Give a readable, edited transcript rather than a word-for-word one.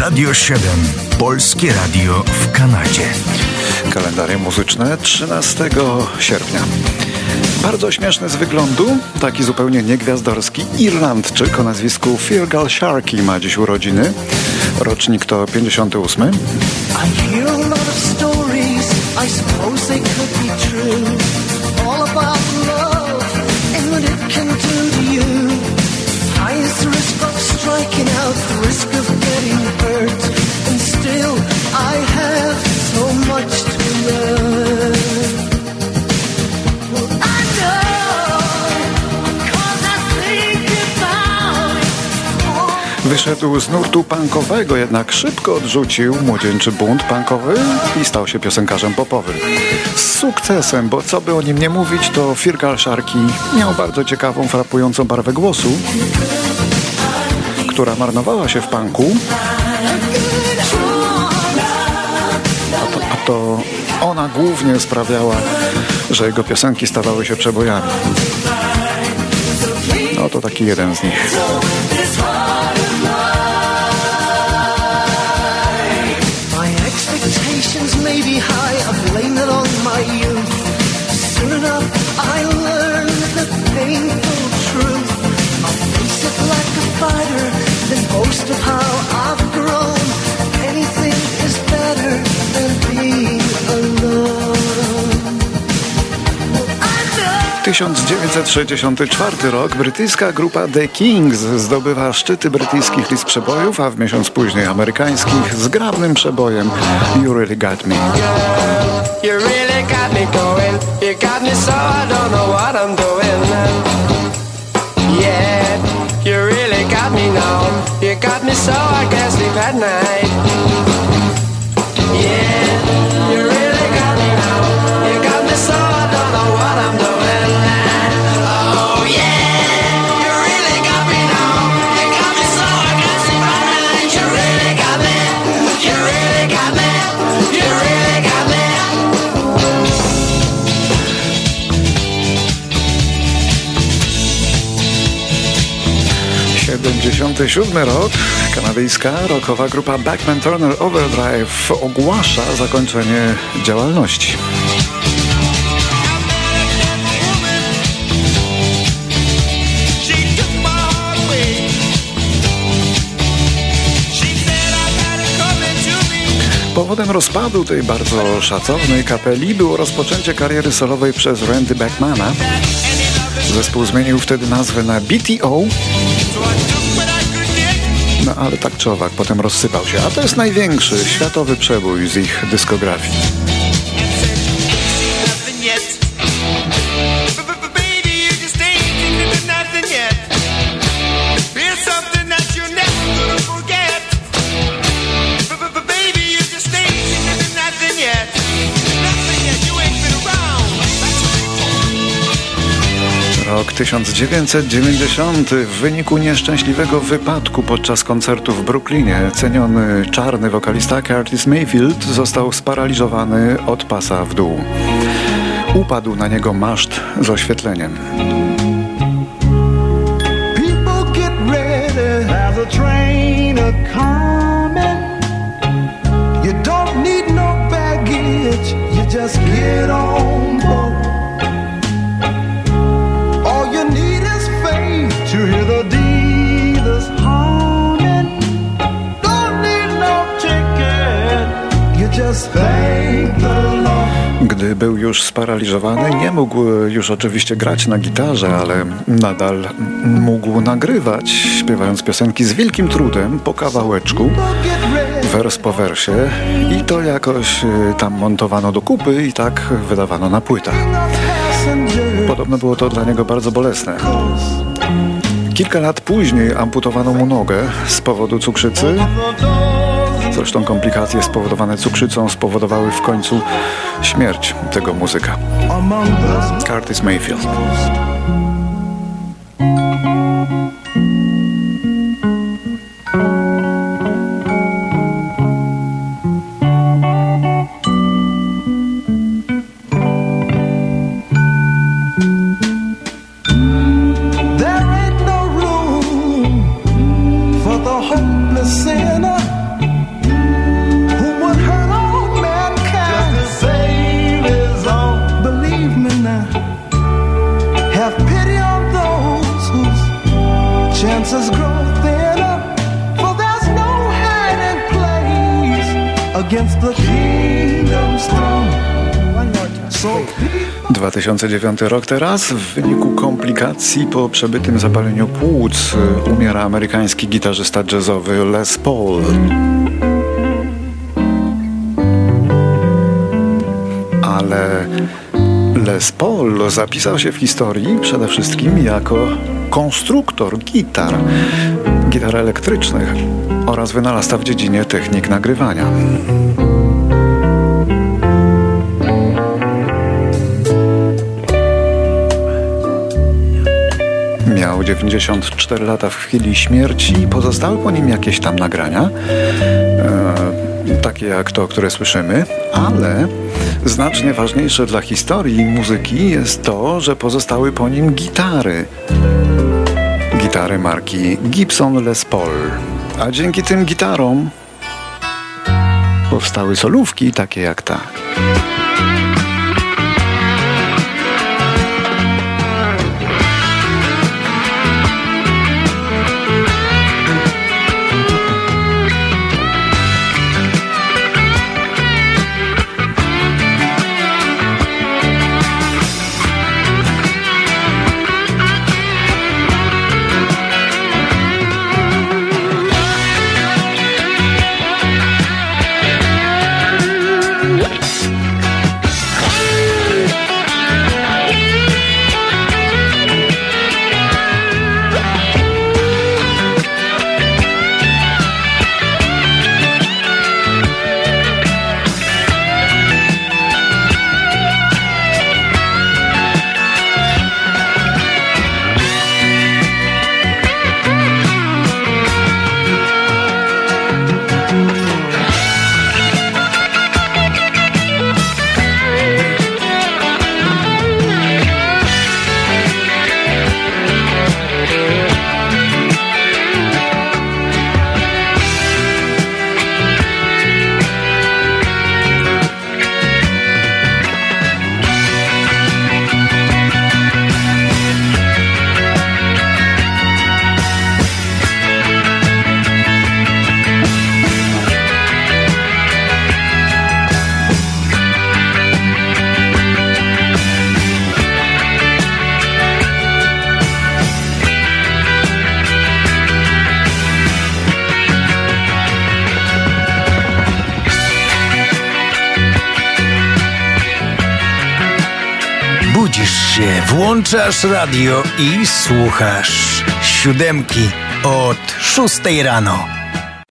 Radio 7. Polskie radio w Kanadzie. Kalendarium muzyczne 13 sierpnia. Bardzo śmieszny z wyglądu, taki zupełnie niegwiazdorski Irlandczyk o nazwisku Feargal Sharkey ma dziś urodziny. Rocznik to 58. Wyszedł z nurtu punkowego, jednak szybko odrzucił młodzieńczy bunt punkowy i stał się piosenkarzem popowym. Z sukcesem, bo co by o nim nie mówić, to Feargal Sharkey miał bardzo ciekawą, frapującą barwę głosu, która marnowała się w punku, a to ona głównie sprawiała, że jego piosenki stawały się przebojami. No to taki jeden z nich. May be high, I blame it on my youth. Soon enough I learned the painful truth. I'll face it like a fighter, then boast of how I've grown. Anything is better than being alone. 1964 rok. Brytyjska grupa The Kings zdobywa szczyty brytyjskich list przebojów, a w miesiąc później amerykańskich zgrabnym przebojem You Really Got Me. You really got me going. You got me so I don't know what I'm doing. Yeah, you really got me now. You got me so I can't sleep at night. Yeah, you really got me now. You got me so I don't know what I'm doing. Oh yeah, you really got me now. You got me so I can't sleep at night. You really got me. You really got me. You really got me. 77 rok. Kanadyjska rockowa grupa Bachman Turner Overdrive ogłasza zakończenie działalności. Powodem rozpadu tej bardzo szacownej kapeli było rozpoczęcie kariery solowej przez Randy Bachmana. Zespół zmienił wtedy nazwę na BTO. No ale tak czy owak, potem rozsypał się. A to jest największy światowy przebój z ich dyskografii. Rok 1990. W wyniku nieszczęśliwego wypadku podczas koncertu w Brooklynie ceniony czarny wokalista Curtis Mayfield został sparaliżowany od pasa w dół. Upadł na niego maszt z oświetleniem. People get ready, there's a train a-coming. You don't need no baggage, you just get on board. To hear the dealers humming. Don't need no ticket. You just thank the Lord. Gdy był już sparaliżowany, nie mógł już oczywiście grać na gitarze, ale nadal mógł nagrywać, śpiewając piosenki z wielkim trudem, po kawałeczku, wers po wersie, i to jakoś tam montowano do kupy i tak wydawano na płytach. Podobno było to dla niego bardzo bolesne. Kilka lat później amputowano mu nogę z powodu cukrzycy. Zresztą komplikacje spowodowane cukrzycą spowodowały w końcu śmierć tego muzyka. Curtis Mayfield. fences grow thinner, for there's no hiding place against the kingdom's throne. 2009 rok teraz. W wyniku komplikacji po przebytym zapaleniu płuc umiera amerykański gitarzysta jazzowy Les Paul. Ale Les Paul zapisał się w historii przede wszystkim jako konstruktor gitar elektrycznych oraz wynalazca w dziedzinie technik nagrywania. Miał 94 lata w chwili śmierci i pozostały po nim jakieś tam nagrania, takie jak to, które słyszymy, ale znacznie ważniejsze dla historii muzyki jest to, że pozostały po nim gitary. Gitary marki Gibson Les Paul. A dzięki tym gitarom powstały solówki takie jak ta. Budzisz się, włączasz radio i słuchasz 7 od 6 rano.